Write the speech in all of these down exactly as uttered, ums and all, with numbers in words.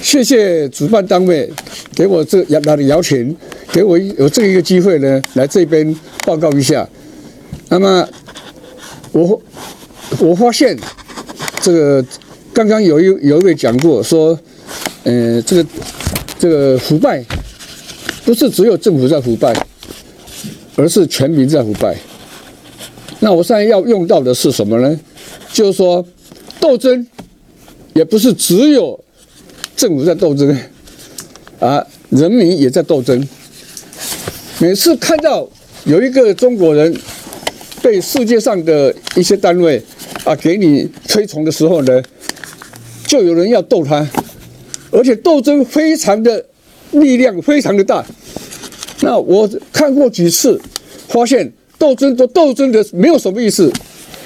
谢谢主办单位给我这来的邀请，给我有这一个机会呢，来这边报告一下。那么我我发现这个刚刚有一有一位讲过说，呃，这个这个腐败不是只有政府在腐败，而是全民在腐败。那我现在要用到的是什么呢？就是说斗争也不是只有政府在斗争啊，人民也在斗争。每次看到有一个中国人被世界上的一些单位啊给你推崇的时候呢，就有人要斗他，而且斗争非常的力量非常的大。那我看过几次，发现斗争都斗争的没有什么意思。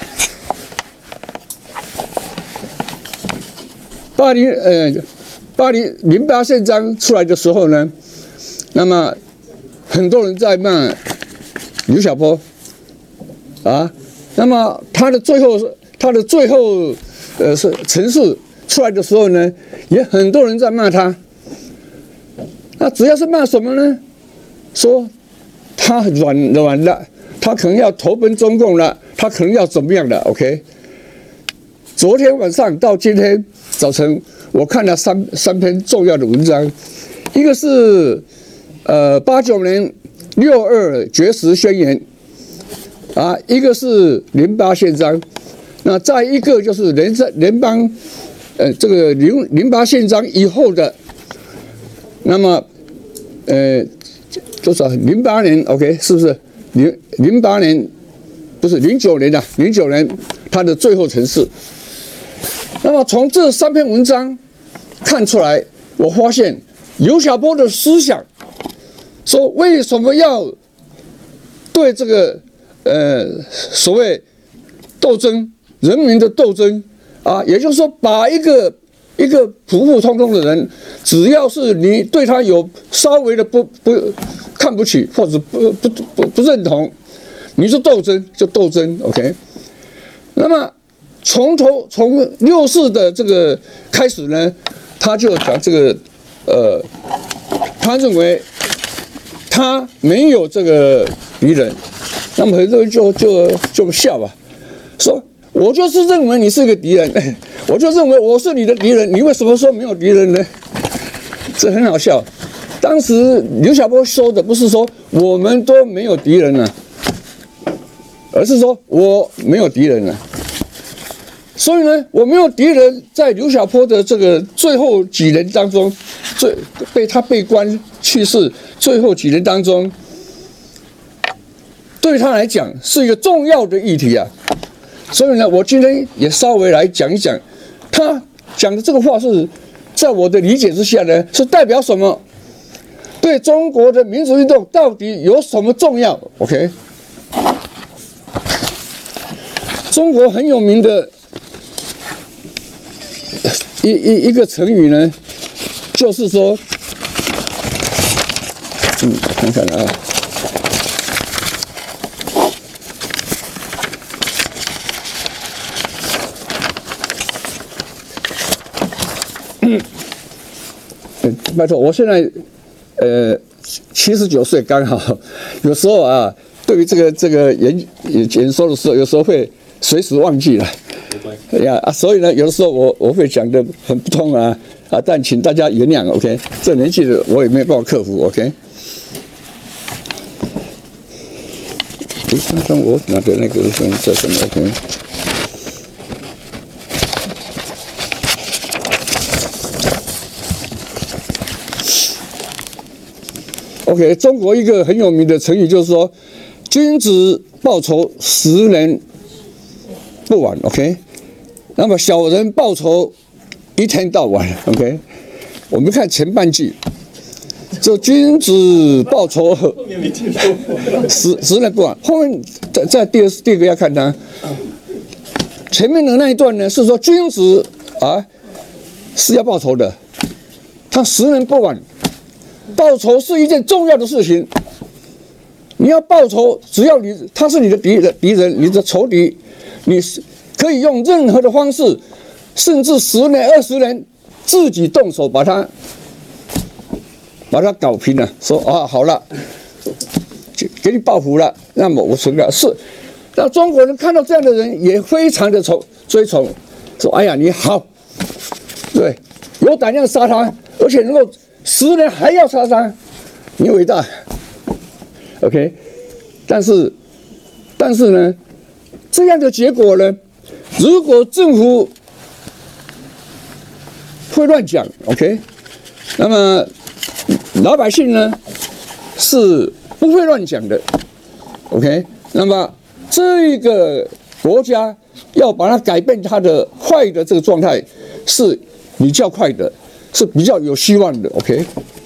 八零呃。八零零八宪章出来的时候呢，那么很多人在骂刘晓波啊，那么他的最后他的最后呃是陈述出来的时候呢，也很多人在骂他。那主要是骂什么呢？说他软软了，他可能要投奔中共了，他可能要怎么样的 ？OK。昨天晚上到今天早晨，我看了三三篇重要的文章，一个是呃八九年六二绝食宣言，啊，一个是零八宪章，那再一个就是联联邦呃这个零零八宪章以后的，那么呃多少零八年 OK 是不是零零八年不是零九年的零九年它的最后陈述。那么从这三篇文章看出来，我发现刘晓波的思想，说为什么要对这个呃所谓斗争、人民的斗争啊，也就是说，把一个一个普普通通的人，只要是你对他有稍微的不不看不起或者不不不不认同，你就斗争就斗争 ，OK？ 那么。从头从六四的这个开始呢，他就讲这个，呃，他认为他没有这个敌人，那么很多人就就就笑吧，说我就是认为你是个敌人，我就认为我是你的敌人，你为什么说没有敌人呢？这很好笑。当时刘晓波说的不是说我们都没有敌人了，而是说我没有敌人了。所以呢，我没有敌人，在刘晓波的这个最后几年当中，最被他被关去世最后几年当中，对他来讲是一个重要的议题啊。所以呢，我今天也稍微来讲一讲，他讲的这个话是在我的理解之下呢，是代表什么？对中国的民主运动到底有什么重要 ？OK， 中国很有名的。一一一个成语呢，就是说，嗯，看看啊，嗯，拜托，我现在呃七十九岁刚好，有时候啊，对于这个这个演演说的时候，有时候会随时忘记了。哎呀啊，所以呢，有的时候我我会讲的很不通啊啊，但请大家原谅 ，OK？ 这年纪的我也没有办法克服 ，OK？ 诶，刚刚我拿的那个是叫什么 ？OK？ OK， 中国一个很有名的成语就是说，君子报仇，十年不晚 ，OK？ 那么小人报仇，一天到晚 ，OK？ 我们看前半句，这君子报仇，十十年不晚。后面在在第二第二个要看他，前面的那一段呢是说君子啊是要报仇的，他十年不晚。报仇是一件重要的事情，你要报仇，只要你他是你的敌人，敌人，你的仇敌，你是可以用任何的方式，甚至十年、二十年自己动手把它把它搞平了，说啊好了，给你报复了，那么我承认是。那中国人看到这样的人也非常的崇追崇，说哎呀你好，对，有胆量杀他，而且能够十年还要杀他，你伟大。OK， 但是但是呢，这样的结果呢，如果政府会乱讲 ，OK， 那么老百姓呢是不会乱讲的 ，OK， 那么这个国家要把它改变它的坏的这个状态是比较快的，是比较有希望的 ，OK。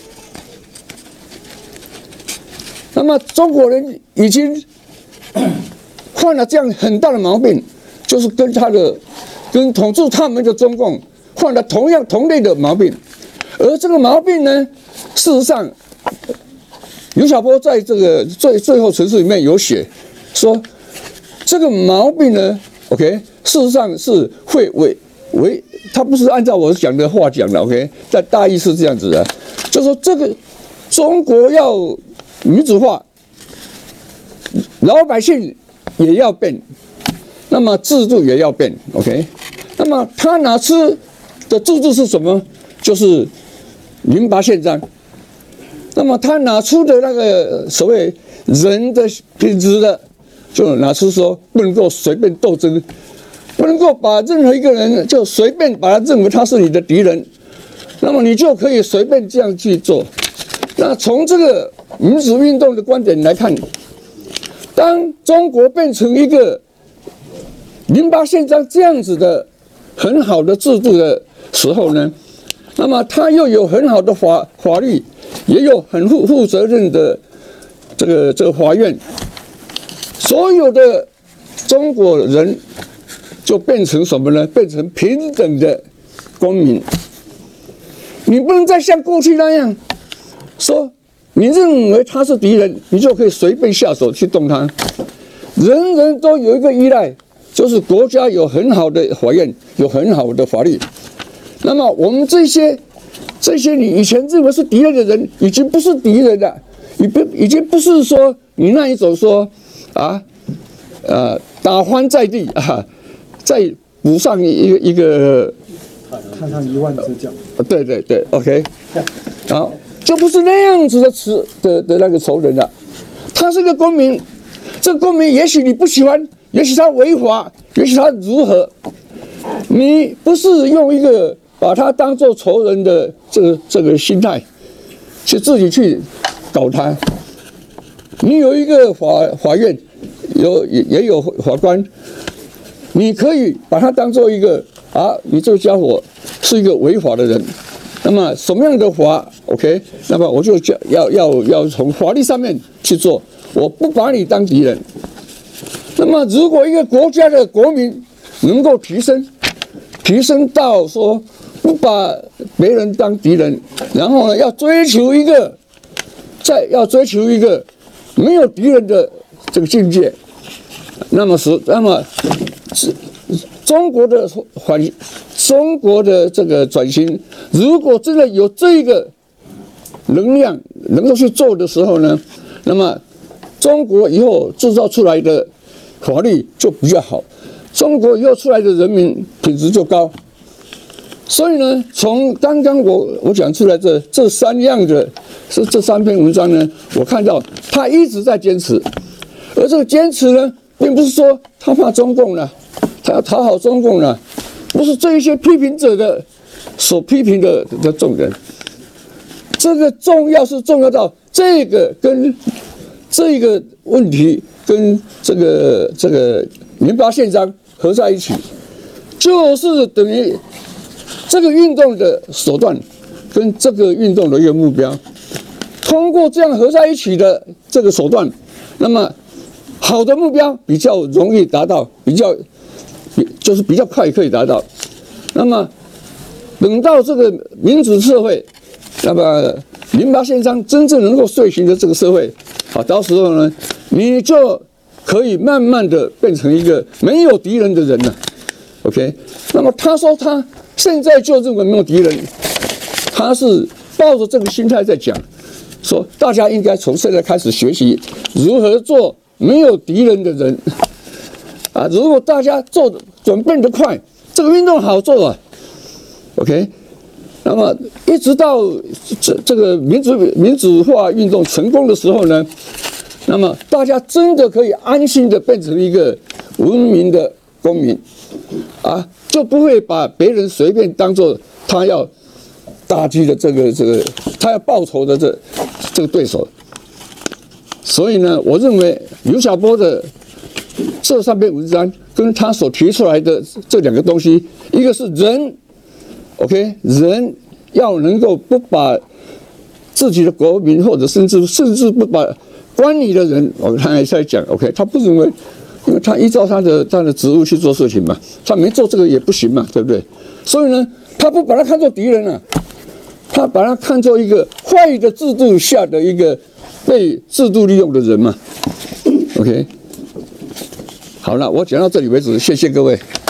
那么中国人已经犯了这样很大的毛病，就是跟他的跟统治他们的中共犯了同样同类的毛病，而这个毛病呢，事实上，刘晓波在这个最最后陈述里面有写说，这个毛病呢 ，OK， 事实上是会违违，他不是按照我讲的话讲的 ，OK， 但大意是这样子的，就说这个中国要民主化，老百姓也要变，那么制度也要变 ，OK。那么他拿出的制度是什么？就是零八宪章。那么他拿出的那个所谓人的品质的，就拿出说不能够随便斗争，不能够把任何一个人就随便把他认为他是你的敌人，那么你就可以随便这样去做。那从这个民主运动的观点来看，当中国变成一个零八宪章这样子的很好的制度的时候呢，那么它又有很好的法法律，也有很负负责任的这个这个法院，所有的中国人就变成什么呢？变成平等的公民。你不能再像过去那样说，你认为他是敌人，你就可以随便下手去动他。人人都有一个依赖，就是国家有很好的法院，有很好的法律。那么我们这些这些你以前认为是敌人的人，已经不是敌人了，已不已经不是说你那一种说啊，呃，打翻在地啊，再补上一个一个， 看上一万只脚。 对对对 ，OK， 好。就不是那样子的词的的那个仇人了，他是个公民，这个公民也许你不喜欢，也许他违法，也许他如何，你不是用一个把他当做仇人的这个这个心态，去自己去搞他。你有一个法法院，有也也有法官，你可以把他当做一个啊，你这个家伙是一个违法的人。那么什么样的法 ，OK？ 那么我就要要要从法律上面去做，我不把你当敌人。那么如果一个国家的国民能够提升，提升到说不把别人当敌人，然后呢要追求一个，再要追求一个没有敌人的这个境界，那么是那么是。中国的缓，中国的这个转型，如果真的有这个能量能够去做的时候呢，那么中国以后制造出来的法律就比较好，中国以后出来的人民品质就高。所以呢，从刚刚我我讲出来这这三样的这这三篇文章呢，我看到他一直在坚持，而这个坚持呢，并不是说他怕中共了。他要讨好中共呢，不是这一些批评者的所批评的的重点。这个重要是重要到这个跟这个问题跟这个这个零八宪章合在一起，就是等于这个运动的手段跟这个运动的一个目标，通过这样合在一起的这个手段，那么好的目标比较容易达到，比较。就是比较快可以达到，那么等到这个民主社会，那么零八宪章真正能够遂行的这个社会，好，到时候呢，你就可以慢慢的变成一个没有敌人的人了 ，OK？ 那么他说他现在就认为没有敌人，他是抱着这个心态在讲，说大家应该从现在开始学习如何做没有敌人的人啊！如果大家做准备得快，这个运动好做啊。OK， 那么一直到这这个民主民主化运动成功的时候呢，那么大家真的可以安心的变成一个文明的公民啊，就不会把别人随便当作他要打击的这个这个他要报仇的这这个对手。所以呢，我认为刘晓波的这三篇文章跟他所提出来的这两个东西，一个是人 ，OK， 人要能够不把自己的国民或者甚至甚至不把关你的人，我他还在讲 ，OK， 他不认为，因为他依照他的他的职务去做事情嘛，他没做这个也不行嘛，对不对？所以呢，他不把他看作敌人啊，他把他看作一个坏的制度下的一个被制度利用的人嘛 ，OK。好了，我讲到这里为止，谢谢各位。